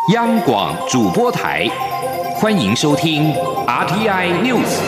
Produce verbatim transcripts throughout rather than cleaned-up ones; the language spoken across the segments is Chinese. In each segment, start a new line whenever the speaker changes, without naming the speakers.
央广主播台，欢迎收听 R T I News。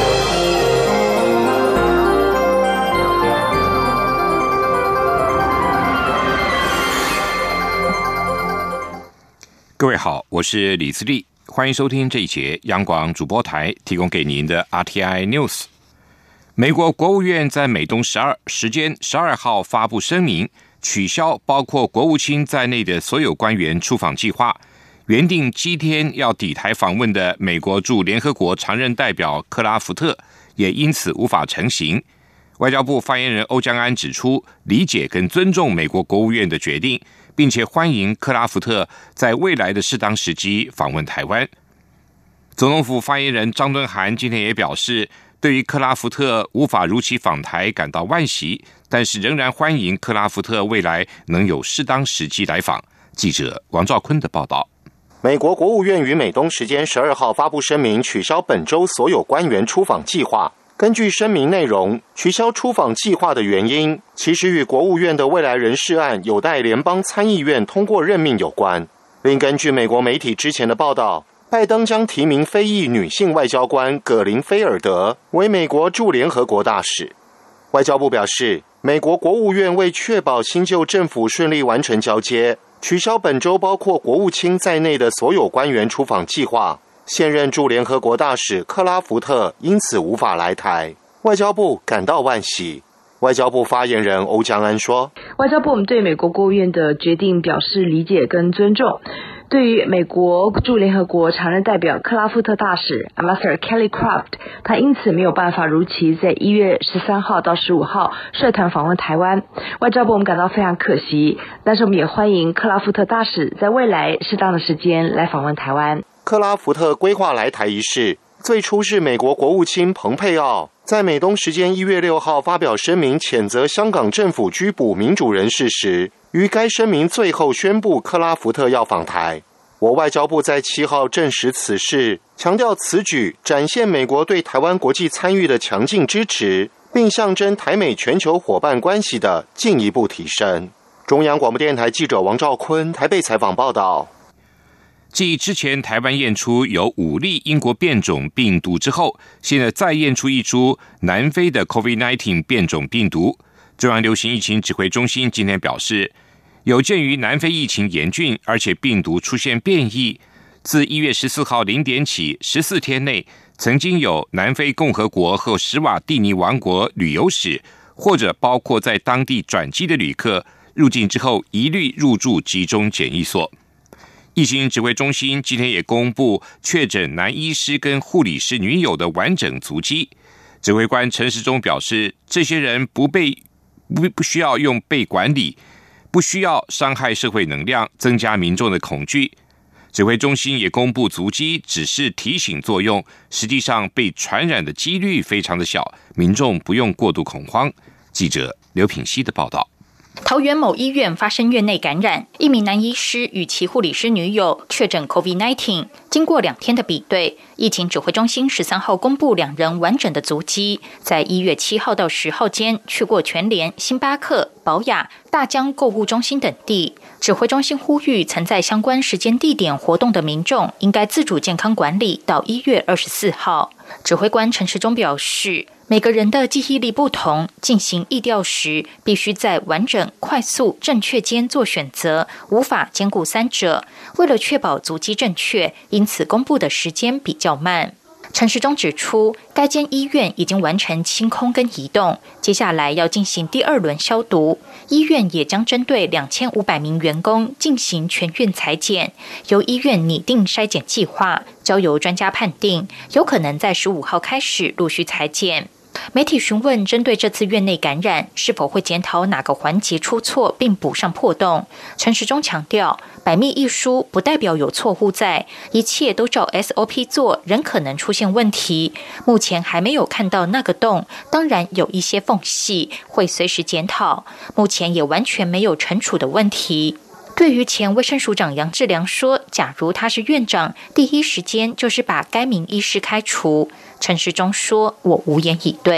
各位好，我是李自立，欢迎收听这一节央广主播台提供给您的 R T I News。美国国务院在美东十二时间十二号发布声明，取消包括国务卿在内的所有官员出访计划。原定今天要抵台访问的美国驻联合国常任代表克拉福特也因此无法成行。外交部发言人欧江安指出，理解跟尊重美国国务院的决定，并且欢迎克拉福特在未来的适当时机访问台湾。总统府发言人张敦涵今天也表示，对于克拉福特无法如期访台感到惋惜，但是仍然欢迎克拉福特未来能有适当时机来访。记者王兆坤的报道。
美国国务院于美东时间十二号发布声明，取消本周所有官员出访计划。根据声明内容，取消出访计划的原因，其实与国务院的未来人事案有待联邦参议院通过任命有关。另根据美国媒体之前的报道，拜登将提名非裔女性外交官葛林菲尔德为美国驻联合国大使。外交部表示，美国国务院为确保新旧政府顺利完成交接，取消本周包括国务卿在内的所有官员出访计划。现任驻联合国大使克拉福特因此无法来台，外交部感到惋惜。外交部发言人欧江安说，
外交部我们对美国国务院的决定表示理解跟尊重。对于美国驻联合国常任代表克拉夫特大使 Ambassador Kelly Craft， 他因此没有办法如期在一月十三号到十五号率团访问台湾。外交部我们感到非常可惜，但是我们也欢迎克拉夫特大使在未来适当的时间来访问台湾。
克拉福特规划来台一事，最初是美国国务卿蓬佩奥在美东时间一月六号发表声明谴责香港政府拘捕民主人士时，于该声明最后宣布克拉福特要访台。我外交部在七号证实此事，强调此举展现美国对台湾国际参与的强劲支持，并象征台美全球伙伴关系的进一步提升。中央广播电台记者王兆坤台北采访报道。
继之前台湾验出有五例英国变种病毒之后，现在再验出一株南非的 COVID 十九 变种病毒。中央流行疫情指挥中心今天表示，有鉴于南非疫情严峻，而且病毒出现变异，自一月十四号零点起十四天内曾经有南非共和国和史瓦蒂尼王国旅游史，或者包括在当地转机的旅客，入境之后一律入住集中检疫所。疫情指挥中心今天也公布确诊男医师跟护理师女友的完整足迹。指挥官陈时中表示，这些人不被不不需要用被管理，不需要伤害社会能量，增加民众的恐惧。指挥中心也公布足迹只是提醒作用，实际上被传染的几率非常的小，民众不用过度恐慌。记者刘品希的报道。
桃园某医院发生院内感染，一名男医师与其护理师女友确诊 COVID 十九。经过两天的比对，疫情指挥中心十三号公布两人完整的足迹，在一月七号到十号间去过全联、星巴克、宝雅、大江购物中心等地。指挥中心呼吁曾在相关时间地点活动的民众应该自主健康管理到一月二十四号。指挥官陈时中表示，每个人的记忆力不同，进行疫调时必须在完整、快速、正确间做选择，无法兼顾三者。为了确保足迹正确，因此公布的时间比较慢。陈时中指出，该间医院已经完成清空跟移动，接下来要进行第二轮消毒。医院也将针对两千五百名员工进行全院采检，由医院拟定筛检计划，交由专家判定，有可能在十五号开始陆续采检。媒体询问针对这次院内感染是否会检讨哪个环节出错并补上破洞，陈时中强调，百密一疏不代表有错误在，一切都照 S O P 做，仍可能出现问题。目前还没有看到那个洞，当然有一些缝隙，会随时检讨。目前也完全没有惩处的问题。对于前卫生署长杨志良说，假如他是院长，第一时间就是把该名医师开除。陈时中说，我无言以对。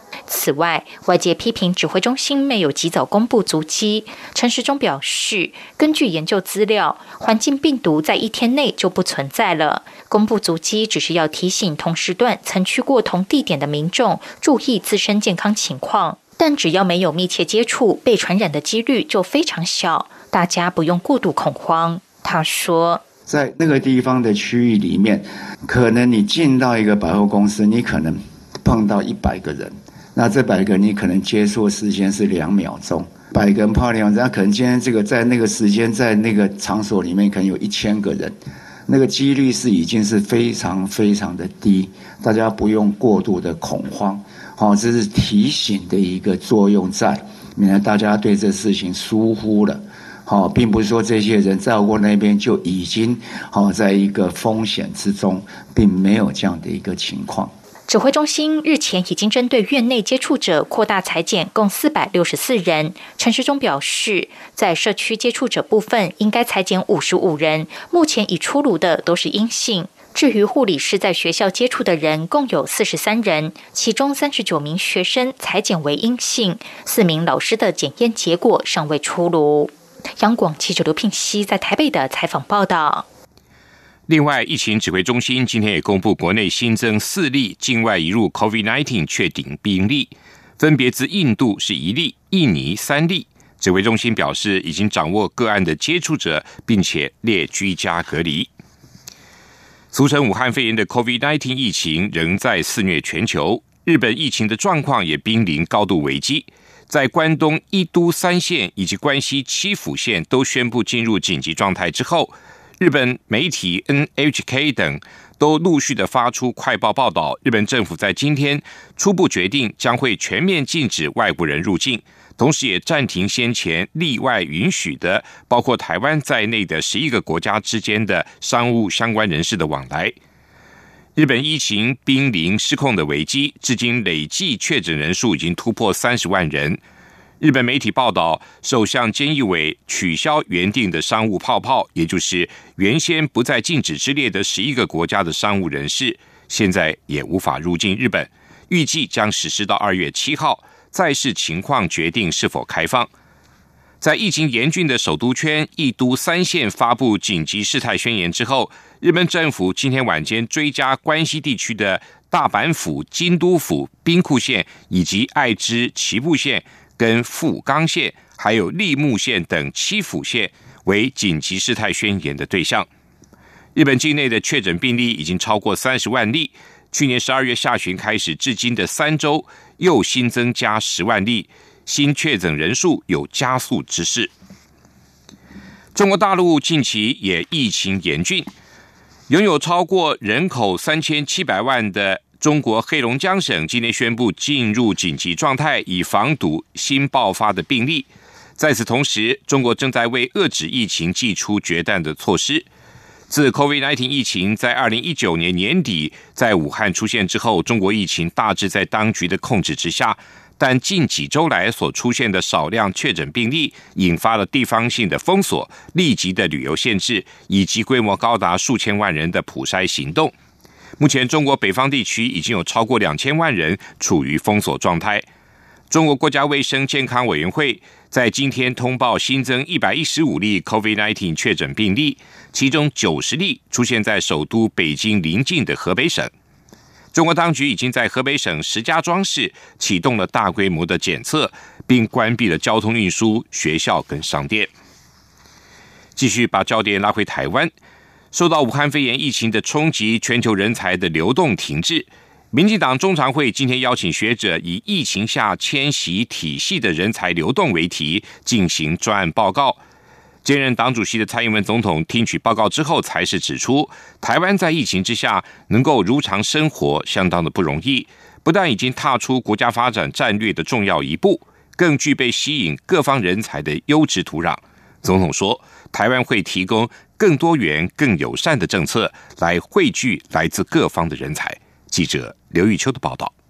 此外，外界批评指挥中心没有及早公布足迹。陈时中表示，根据研究资料，环境病毒在一天内就不存在了。公布足迹只是要提醒同时段曾去过同地点的民众注意自身健康情况，但只要没有密切接触，被传染的几率就非常小，大家不用过度恐慌。他说，
在那个地方的区域里面，可能你进到一个百货公司，你可能碰到一百个人，那这百个人你可能接触时间是两秒钟，百个人泡两秒钟，可能今天这个在那个时间在那个场所里面可能有一千个人，那个几率是已经是非常非常的低，大家不用过度的恐慌。好、哦，这是提醒的一个作用在，免得大家对这事情疏忽了。好、哦，并不是说这些人在我那边就已经好、哦、在一个风险之中，并没有这样的一个情况。
指挥中心日前已经针对院内接触者扩大采检，共四百六十四人。陈时中表示，在社区接触者部分应该采检五十五人，目前已出炉的都是阴性。至于护理师在学校接触的人共有四十三人，其中三十九名学生采检为阴性，四名老师的检验结果尚未出炉。央广记者刘聘熙在台北的采访报道。
另外，疫情指挥中心今天也公布国内新增四例境外移入 COVID 十九 确诊病例，分别自印度是一例，印尼三例。指挥中心表示，已经掌握个案的接触者，并且列居家隔离。俗称武汉肺炎的 COVID 十九 疫情仍在肆虐全球，日本疫情的状况也濒临高度危机。在关东一都三县以及关西七府县都宣布进入紧急状态之后，日本媒体 N H K 等都陆续的发出快报报道，日本政府在今天初步决定将会全面禁止外国人入境，同时也暂停先前例外允许的包括台湾在内的十一个国家之间的商务相关人士的往来。日本疫情濒临失控的危机，至今累计确诊人数已经突破三十万人。日本媒体报道，首相菅义伟取消原定的商务泡泡，也就是原先不在禁止之列的十一个国家的商务人士，现在也无法入境日本，预计将实施到二月七号，再视情况决定是否开放。在疫情严峻的首都圈一都三县发布紧急事态宣言之后，日本政府今天晚间追加关西地区的大阪府、京都府、兵库县以及爱知、岐阜县跟富冈县还有立木县等七府县为紧急事态宣言的对象。日本境内的确诊病例已经超过三十万例，去年十二月下旬开始至今的三周又新增加十万例，新确诊人数有加速之势。中国大陆近期也疫情严峻，拥有超过人口三千七百万的中国黑龙江省今天宣布进入紧急状态，以防堵新爆发的病例。在此同时，中国正在为遏制疫情祭出决断的措施。自 COVID 十九 疫情在二零一九年年底在武汉出现之后，中国疫情大致在当局的控制之下，但近几周来所出现的少量确诊病例，引发了地方性的封锁、立即的旅游限制，以及规模高达数千万人的普筛行动。目前，中国北方地区已经有超过两千万人处于封锁状态。中国国家卫生健康委员会在今天通报新增一百一十五例 COVID 十九 确诊病例，其中九十例出现在首都北京邻近的河北省。中国当局已经在河北省石家庄市启动了大规模的检测，并关闭了交通运输、学校跟商店。继续把焦点拉回台湾，受到武汉肺炎疫情的冲击，全球人才的流动停滞。民进党中常会今天邀请学者以疫情下迁徙体系的人才流动为题进行专案报告。兼任党主席的蔡英文总统听取报告之后，才是指出，台湾在疫情之下能够如常生活相当的不容易，不但已经踏出国家发展战略的重要一步，更具备吸引各方人才的优质土壤。总统说，台湾会提供更多元、更友善的政策，来汇聚来自各方的人才。记者刘玉秋的报道。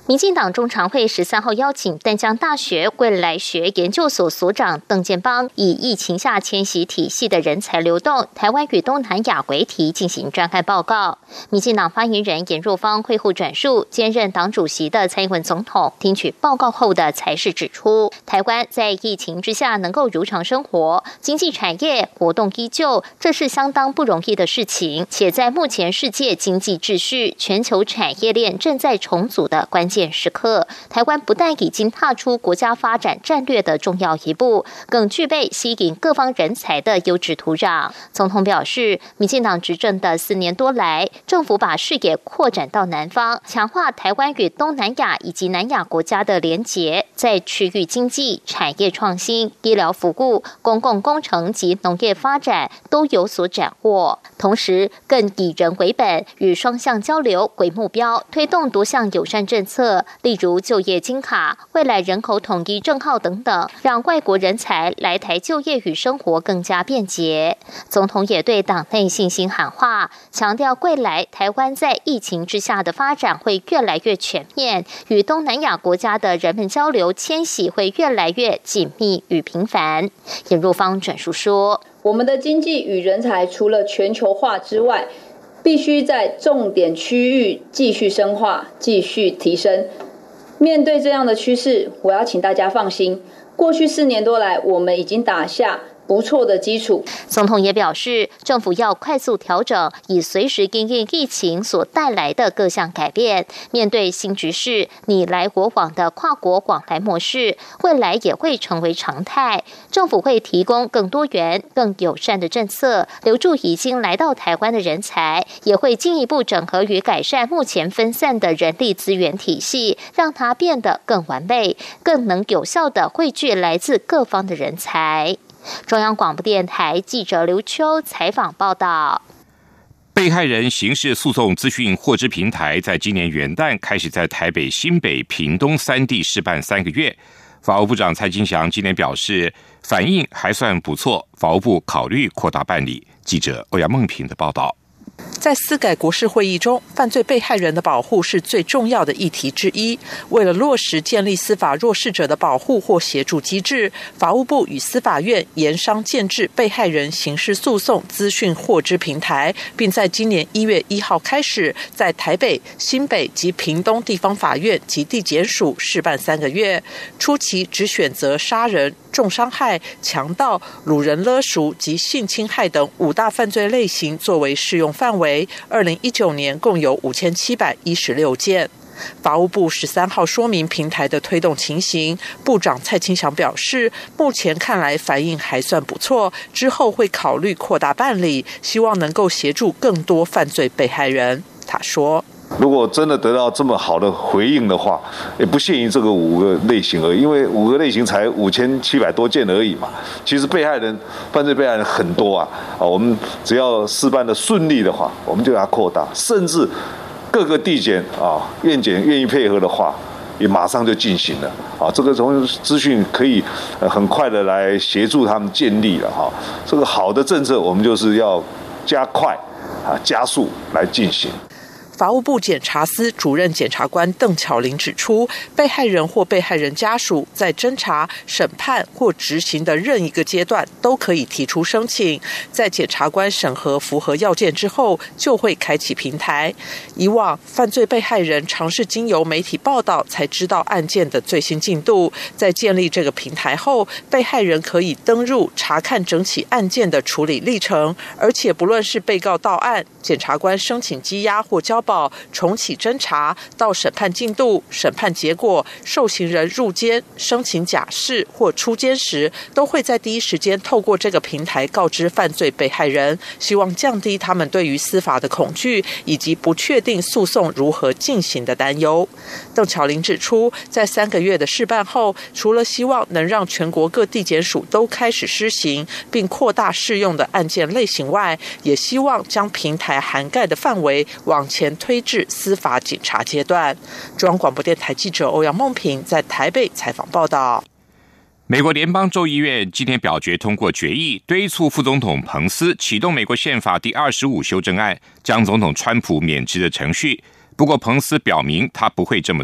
民进党中常会十三号邀请淡江大学未来学研究所所长邓建邦，以疫情下迁徙体系的人才流动，台湾与东南亚为题进行专案报告。民进党发言人颜若芳会后转述，兼任党主席的蔡英文总统听取报告后的才是指出，台湾在疫情之下能够如常生活，经济产业活动依旧，这是相当不容易的事情，且在目前世界经济秩序、全球产业链正在重组的关键时刻，台湾不但已经踏出国家发展战略的重要一步，更具备吸引各方人才的优质土壤。总统表示，民进党执政的四年多来，政府把视野扩展到南方，强化台湾与东南亚以及南亚国家的连结，在区域经济、产业创新、医疗服务、公共工程及农业发展都有所斩获。同时，更以人为本，与双向交流为目标，推动多项友善政策。例如就业金卡、未来人口统一证号等等，让外国人才来台就业与生活更加便捷。总统也对党内信心喊话，强调未来台湾在疫情之下的发展会越来越全面，与东南亚国家的人们交流迁徙会越来越紧密与频繁。颜若芳转述说，
我们的经济与人才除了全球化之外，必须在重点区域继续深化、继续提升。面对这样的趋势，我要请大家放心，过去四年多来，我们已经打下不错的基础。
总统也表示，政府要快速调整，以随时因应疫情所带来的各项改变。面对新局势，你来我往的跨国往来模式，未来也会成为常态。政府会提供更多元、更友善的政策，留住已经来到台湾的人才，也会进一步整合与改善目前分散的人力资源体系，让它变得更完备，更能有效地汇聚来自各方的人才。中央广播电台记者刘秋采访报道。
被害人刑事诉讼资讯获知平台在今年元旦开始在台北、新北、屏东三地试办三个月。法务部长蔡金祥今年表示，反应还算不错，法务部考虑扩大办理。记者欧阳梦平的报道。
在司改国是会议中，犯罪被害人的保护是最重要的议题之一。为了落实建立司法弱势者的保护或协助机制，法务部与司法院研商建制被害人刑事诉讼资讯获知平台，并在今年一月一号开始，在台北、新北及屏东地方法院及地检署试办三个月。初期只选择杀人、重伤害、强盗、掳人勒赎及性侵害等五大犯罪类型作为适用范围。二零一九年共有五千七百一十六件。法务部十三号说明平台的推动情形，部长蔡清祥表示，目前看来反应还算不错，之后会考虑扩大办理，希望能够协助更多犯罪被害人。他说，
如果真的得到这么好的回应的话，也不限于这个五个类型而已，因为五个类型才五千七百多件而已嘛。其实被害人、犯罪被害人很多啊，啊，我们只要事办的顺利的话，我们就要扩大，甚至各个地检啊、院检愿意配合的话，也马上就进行了啊。这个从资讯可以很快的来协助他们建立了哈。这个好的政策，我们就是要加快啊、加速来进行。
法务部检察司主任检察官邓巧玲指出，被害人或被害人家属在侦查、审判或执行的任一个阶段都可以提出申请，在检察官审核符合要件之后，就会开启平台。以往犯罪被害人常是经由媒体报道才知道案件的最新进度，在建立这个平台后，被害人可以登入查看整起案件的处理历程，而且不论是被告到案、检察官申请羁押或交保、重启侦查到审判进度、审判结果、受刑人入监、申请假释或出监时，都会在第一时间透过这个平台告知犯罪被害人，希望降低他们对于司法的恐惧以及不确定诉讼如何进行的担忧。邓巧玲指出，在三个月的试办后，除了希望能让全国各地检署都开始施行并扩大适用的案件类型外，也希望将平台涵盖的范围往前推至司法警察阶段。中央广播电台记者欧阳梦平在台北采访报道。
美国联邦众议院今天表决通过决议，敦促副总统彭斯启动美国宪法第二十五修正案，将总统川普免职的程序。不过彭斯表明他不会这么做。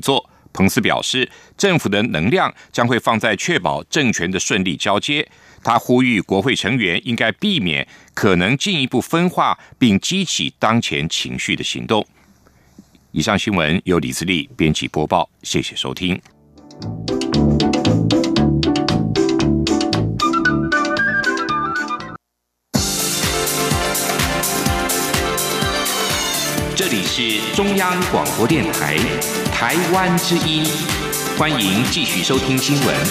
彭斯表示，政府的能量将会放在确保政权的顺利交接。他呼吁国会成员应该避免可能进一步分化并激起当前情绪的行动。以上新闻由李自力编辑播报，谢谢收听。这里是中央广播电台台湾之音，欢迎继续收听新闻。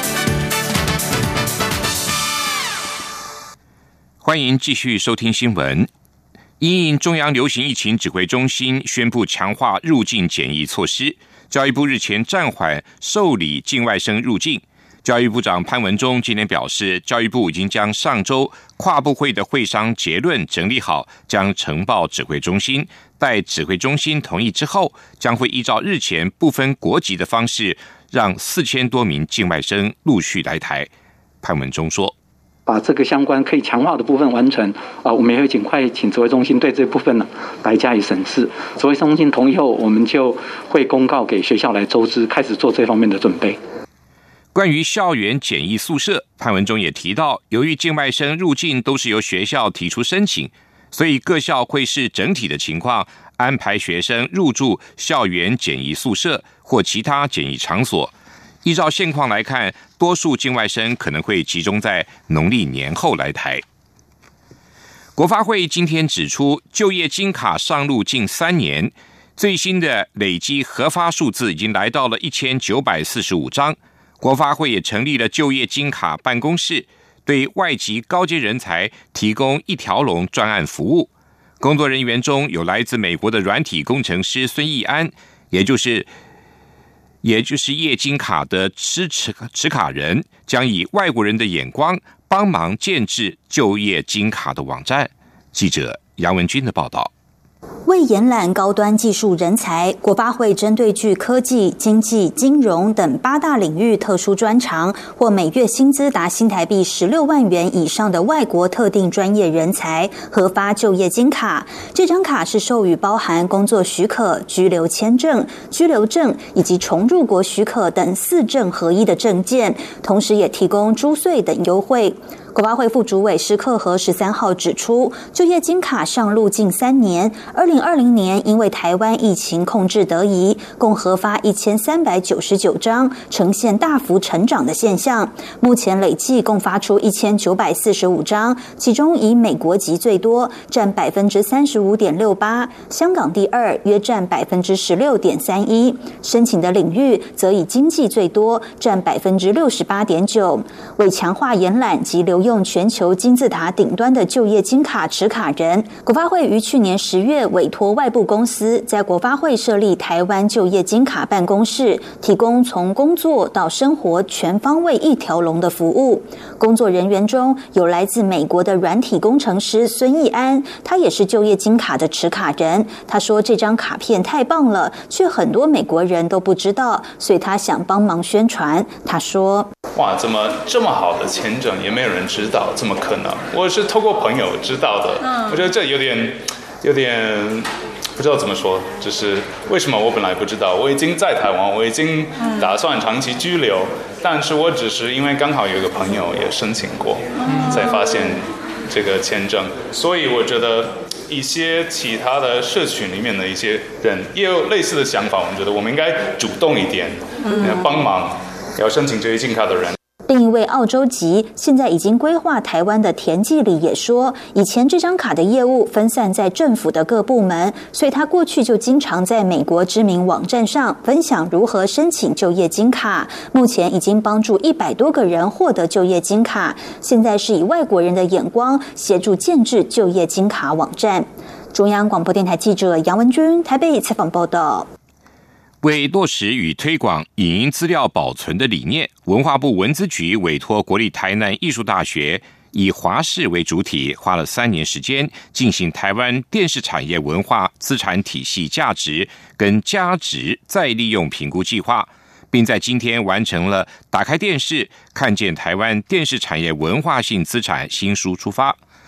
欢迎继续收听新闻。因应中央流行疫情指挥中心宣布强化入境检疫措施，教育部日前暂缓受理境外生入境。教育部长潘文忠今天表示，教育部已经将上周跨部会的会商结论整理好，将呈报指挥中心，待指挥中心同意之后，将会依照日前不分国籍的方式，让四千多名境外生陆续来台。潘文忠说，
把这个相关可以强化的部分完成啊，我们也会尽快请指挥中心对这部分呢来加以审视。指挥中心同意后，我们就会公告给学校来周知，开始做这方面的准备。
关于校园检疫宿舍，潘文忠也提到，由于境外生入境都是由学校提出申请，所以各校会视整体的情况，安排学生入住校园检疫宿舍或其他检疫场所。依照现况来看，多数境外生可能会集中在农历年后来台。国发会今天指出，就业金卡上路近三年，最新的累积核发数字已经来到了一千九百四十五张。国发会也成立了就业金卡办公室，对外籍高阶人才提供一条龙专案服务。工作人员中有来自美国的软体工程师孙义安，也就是也就是业金卡的持持卡人，将以外国人的眼光帮忙建制就业金卡的网站。记者杨文君的报道。
为延揽高端技术人才，国发会针对具科技、经济、金融等八大领域特殊专长或每月薪资达新台币十六万元以上的外国特定专业人才，核发就业金卡。这张卡是授予包含工作许可、居留签证、居留证以及重入国许可等四证合一的证件，同时也提供租税等优惠。国发会副主委施克和十三号指出，就业金卡上路近三年，二零二零年因为台湾疫情控制得宜，共核发一千三百九十九张，呈现大幅成长的现象。目前累计共发出一千九百四十五张，其中以美国籍最多，占百分之三十五点六八，香港第二，约占百分之十六点三一。申请的领域则以经济最多，占百分之六十八点九。为强化延揽及留用全球金字塔顶端的就业金卡持卡人，国发会于去年十月委托外部公司在国发会设立台湾就业金卡办公室，提供从工作到生活全方位一条龙的服务。工作人员中有来自美国的软体工程师孙义安，他也是就业金卡的持卡人。他说这张卡片太棒了，却很多美国人都不知道，所以他想帮忙宣传。他说，
哇，怎么这么好的签证也没有人知道，怎么可能？我是透过朋友知道的。嗯，我觉得这有点有点不知道怎么说，就是为什么我本来不知道，我已经在台湾，我已经打算长期居留，但是我只是因为刚好有一个朋友也申请过，才发现这个签证。所以我觉得一些其他的社群里面的一些人也有类似的想法，我们觉得我们应该主动一点，帮忙要申请就业金卡的人。
另一位澳洲籍现在已经规划台湾的田纪礼也说，以前这张卡的业务分散在政府的各部门，所以他过去就经常在美国知名网站上分享如何申请就业金卡。目前已经帮助一百多个人获得就业金卡，现在是以外国人的眼光协助建制就业金卡网站。中央广播电台记者杨文君台北采访报道。
为落实与推广影音资料保存的理念，文化部文资局委托国立台南艺术大学以华视为主体，花了三年时间进行台湾电视产业文化资产体系价值跟价值再利用评估计划，并在今天完成了打开电视看见台湾电视产业文化性资产新书出发。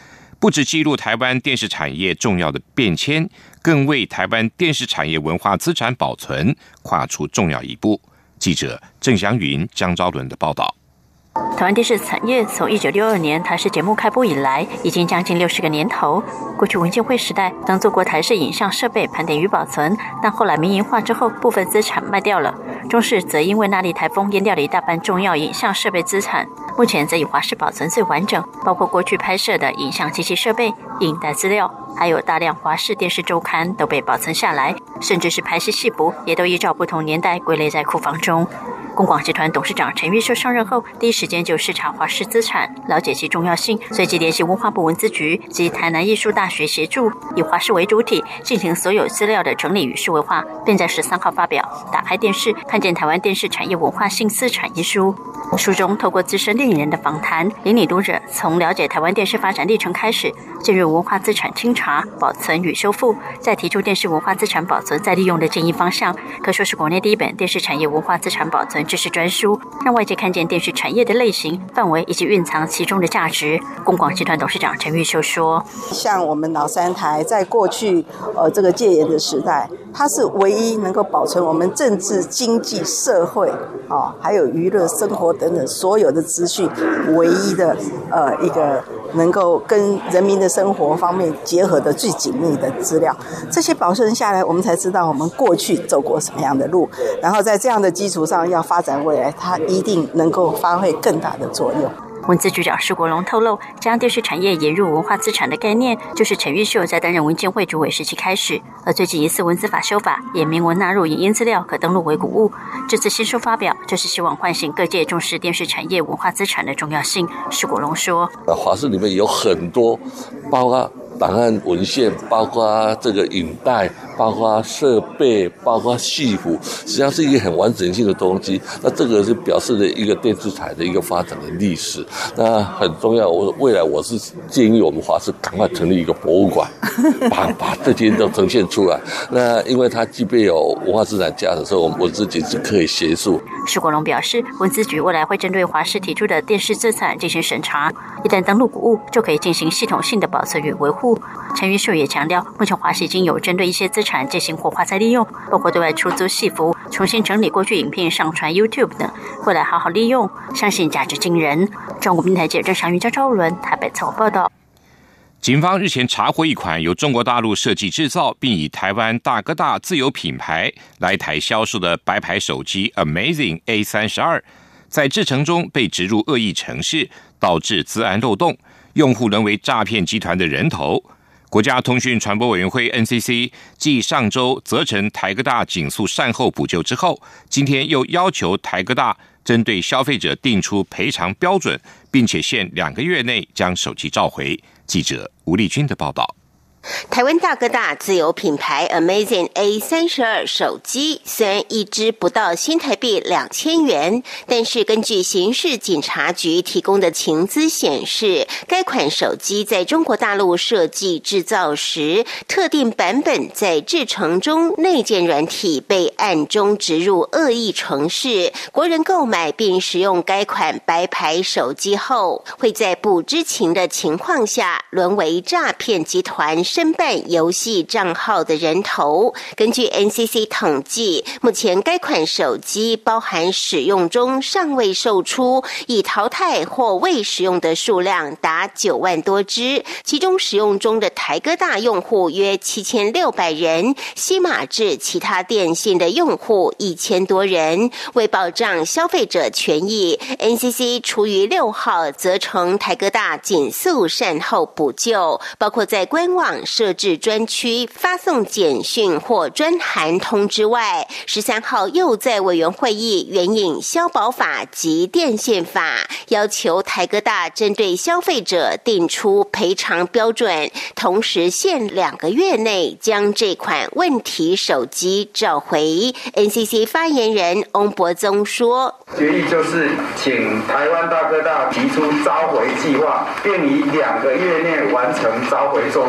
不只记录台湾电视产业重要的变迁，更为台湾电视产业文化资产保存跨出重要一步。记者郑祥云、江昭伦的报道。
台湾电视产业从一九六二年台视节目开播以来，已经将近六十个年头。过去文建会时代曾做过台视影像设备盘点与保存，但后来民营化之后，部分资产卖掉了。中视则因为那莉台风淹掉了一大半重要影像设备资产，目前则以华视保存最完整，包括过去拍摄的影像机器设备、影带资料，还有大量华视电视周刊都被保存下来，甚至是拍戏戏服也都依照不同年代归类在库房中。公广集团董事长陈玉秀上任后，第一时间就视察华视资产，了解其重要性，随即联系文化部文资局及台南艺术大学协助，以华视为主体进行所有资料的整理与数位化，并在十三号发表《打开电视，看见台湾电视产业文化新资产》一书。书中透过资深电影人的访谈，引领读者从了解台湾电视发展历程开始，进入文化资产清查、保存与修复，再提出电视文化资产保存再利用的建议方向，可说是国内第一本电视产业文化资产保存知识专书，让外界看见电视产业的类型、范围以及蕴藏其中的价值。公广集团董事长陈玉秀说：“
像我们老三台在过去呃这个戒严的时代，它是唯一能够保存我们政治、经济、社会啊、哦，还有娱乐、生活等等所有的资讯，唯一的呃一个能够跟人民的生活方面结合的最紧密的资料。这些保存下来，我们才知道我们过去走过什么样的路，然后在这样的基础上要发展未来，它一定能够发挥更大的作用。”
文资局长施国龙透露，将电视产业引入文化资产的概念，就是陈玉秀在担任文建会主委时期开始，而最近一次文资法修法，也明文纳入影音资料可登录为古物。这次新书发表，就是希望唤醒各界重视电视产业文化资产的重要性。施国龙说：“
华视里面有很多，包括档案文献，包括这个影带，包括设备，包括戏服，实际上是一个很完整性的东西。那这个是表示了一个电视台的一个发展的历史。那很重要，我未来我是建议我们华视赶快成立一个博物馆，把把这些都呈现出来。那因为它具备有文化资产价值的时候，我我自己是可以协助。”
施国龙表示，文资局未来会针对华视提出的电视资产进行审查，一旦登录古物，就可以进行系统性的保存与维护。陈玉秀也强调，目前华视已经有针对一些资产进行活化再利用，包括对外出租戏服、重新整理过去影片上传 YouTube 等，未来好好利用，相信价值惊人。中国电台记者郑祥云、张昭伦台北采访报道。
警方日前查获一款由中国大陆设计制造，并以台湾大哥大自有品牌来台销售的白牌手机 Amazing A 三十二，在制程中被植入恶意程式，导致资安漏洞，用户沦为诈骗集团的人头。国家通讯传播委员会 N C C 继上周责成台哥大紧速善后补救之后，今天又要求台哥大针对消费者定出赔偿标准，并且限两个月内将手机召回。记者吴丽君的报道。
台湾大哥大自有品牌 Amazing A 三十二手机，虽然一支不到新台币两千元，但是根据刑事警察局提供的情资显示，该款手机在中国大陆设计制造时，特定版本在制程中内建软体被暗中植入恶意程式，国人购买并使用该款白牌手机后，会在不知情的情况下沦为诈骗集团申办游戏账号的人头。根据 N C C 统计，目前该款手机包含使用中尚未售出、已淘汰或未使用的数量达九万多只，其中使用中的台哥大用户约七千六百人，西马至其他电信的用户一千多人。为保障消费者权益， N C C 出于六号责成台哥大紧速善后补救，包括在官网设置专区发送简讯或专函通知外，十三号又在委员会议援引消保法及电线法，要求台哥大针对消费者定出赔偿标准，同时限两个月内将这款问题手机召回。 N C C 发言人翁博宗说，
决议就是请台湾大哥大提出召回计划，并于两个月内完成召回作业。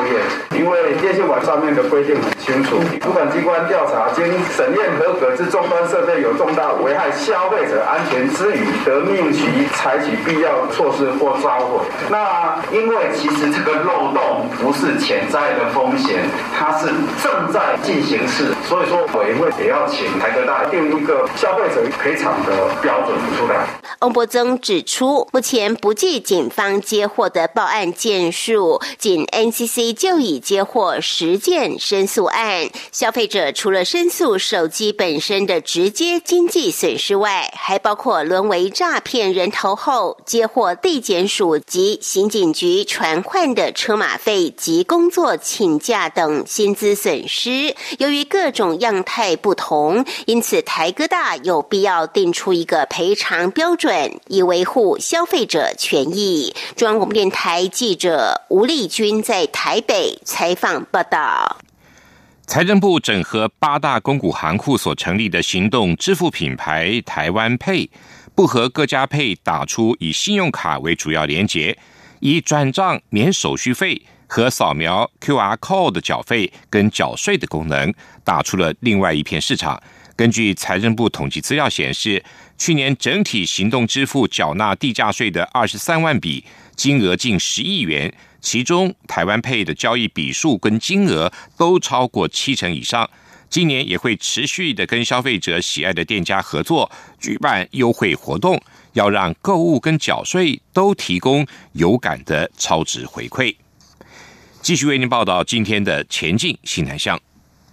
因为电信法上面的规定很清楚，主管机关调查经审验合格之终端设备有重大危害消费者安全之余，得命其采取必要措施或召回。那因为其实这个漏洞不是潜在的风险，它是正在进行式，所以说委员会也要请台科大定一个消费者赔偿的标准出来。
翁博增指出，目前不计警方接获的报案件数，仅 N C C 就已接获十件申诉案。消费者除了申诉手机本身的直接经济损失外，还包括沦为诈骗人头后接获地检署及刑警局传唤的车马费及工作请假等薪资损失。由于各种样态不同，因此台哥大有必要定出一个赔偿标准，以维护消费者权益。中央广播电台记者吴丽君在台北采访报道。
财政部整合八大公股行库所成立的行动支付品牌台湾 Pay， 不和各家 Pay 打出以信用卡为主要连结，以转账免手续费和扫描 Q R Code 缴费跟缴税的功能，打出了另外一片市场。根据财政部统计资料显示，去年整体行动支付缴纳地价税的二十三万笔，金额近十亿元，其中台湾 Pay 的交易笔数跟金额都超过七成以上。今年也会持续的跟消费者喜爱的店家合作，举办优惠活动，要让购物跟缴税都提供有感的超值回馈。继续为您报道今天的前进新南向。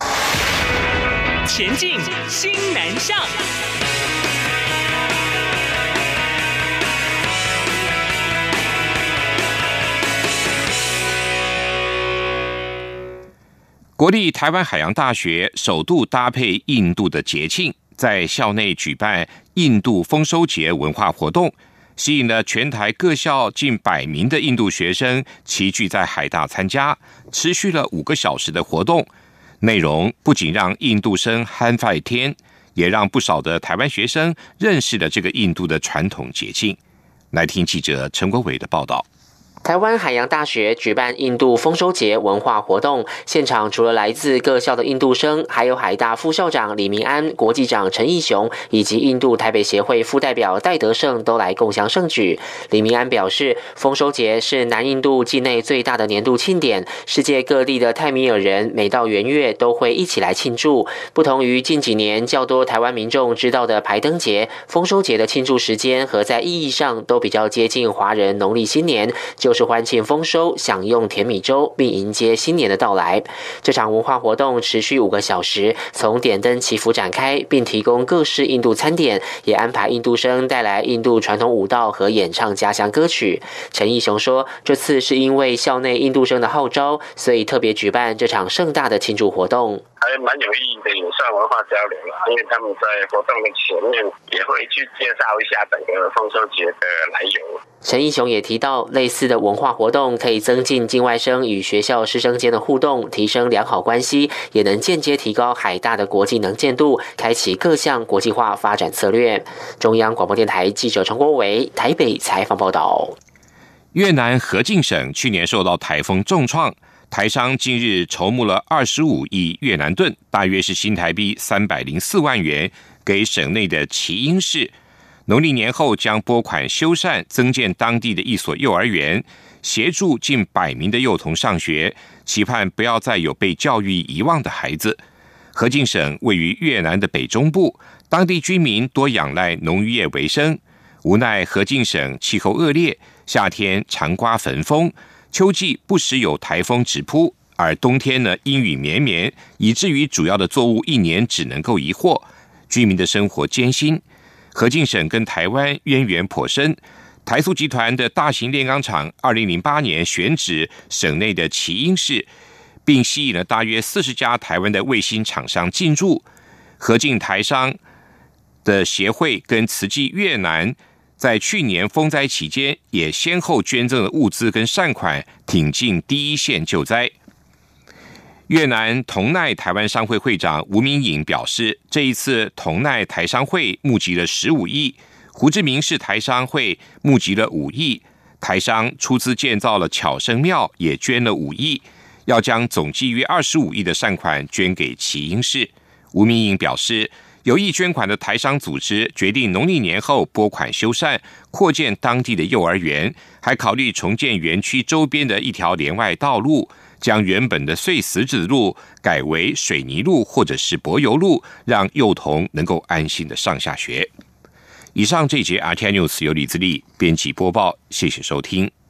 前进新南向。
国立台湾海洋大学首度搭配印度的节庆，在校内举办印度丰收节文化活动，吸引了全台各校近百名的印度学生齐聚在海大参加，持续了五个小时的活动。内容不仅让印度生酣快天，也让不少的台湾学生认识了这个印度的传统节庆。来听记者陈国伟的报道。
台湾海洋大学举办印度丰收节文化活动，现场除了来自各校的印度生，还有海大副校长李明安、国际长陈义雄以及印度台北协会副代表戴德胜都来共襄盛举。李明安表示，丰收节是南印度境内最大的年度庆典，世界各地的泰米尔人每到元月都会一起来庆祝。不同于近几年较多台湾民众知道的排灯节，丰收节的庆祝时间和在意义上都比较接近华人农历新年，就就是欢庆丰收，享用甜米粥，并迎接新年的到来。这场文化活动持续五个小时，从点灯祈福展开，并提供各式印度餐点，也安排印度生带来印度传统舞蹈和演唱家乡歌曲。陈义雄说，这次是因为校内印度生的号召，所以特别举办这场盛大的庆祝活动。
还蛮有意义的友善文化交流了，因为他们在活动的前面也会去介绍一下整个丰收节的来由。
陈义雄也提到，类似的文化活动可以增进境外生与学校师生间的互动，提升良好关系，也能间接提高海大的国际能见度，开启各项国际化发展策略。中央广播电台记者陈国维台北采访报道。
越南河静省去年受到台风重创，台商近日筹募了二十五亿越南盾，大约是新台币三百零四万元，给省内的奇英市。农历年后将拨款修缮增建当地的一所幼儿园，协助近百名的幼童上学，期盼不要再有被教育遗忘的孩子。河静省位于越南的北中部，当地居民多仰赖农渔业为生，无奈河静省气候恶劣，夏天常刮焚风，秋季不时有台风直扑，而冬天呢阴雨绵绵，以至于主要的作物一年只能够一获，居民的生活艰辛。河静省跟台湾渊源颇深，台塑集团的大型炼钢厂二零零八年选址省内的奇英市，并吸引了大约四十家台湾的卫星厂商进驻。河静台商的协会跟慈济越南在去年风灾期间也先后捐赠了物资跟善款，挺进第一线救灾。越南同奈台湾商会会长吴明颖表示，这一次同奈台商会募集了十五亿，胡志明市台商会募集了五亿，台商出资建造了巧生庙也捐了五亿， 要将总计约二十五亿的善款捐给奇英市。吴明颖表示，有意捐款的台商组织决定农历年后拨款修缮，扩建当地的幼儿园，还考虑重建园区周边的一条连外道路，将原本的碎石子路改为水泥路或者是柏油路，让幼童能够安心的上下学。以上这节 R T I News 由李自力编辑播报，谢谢收听。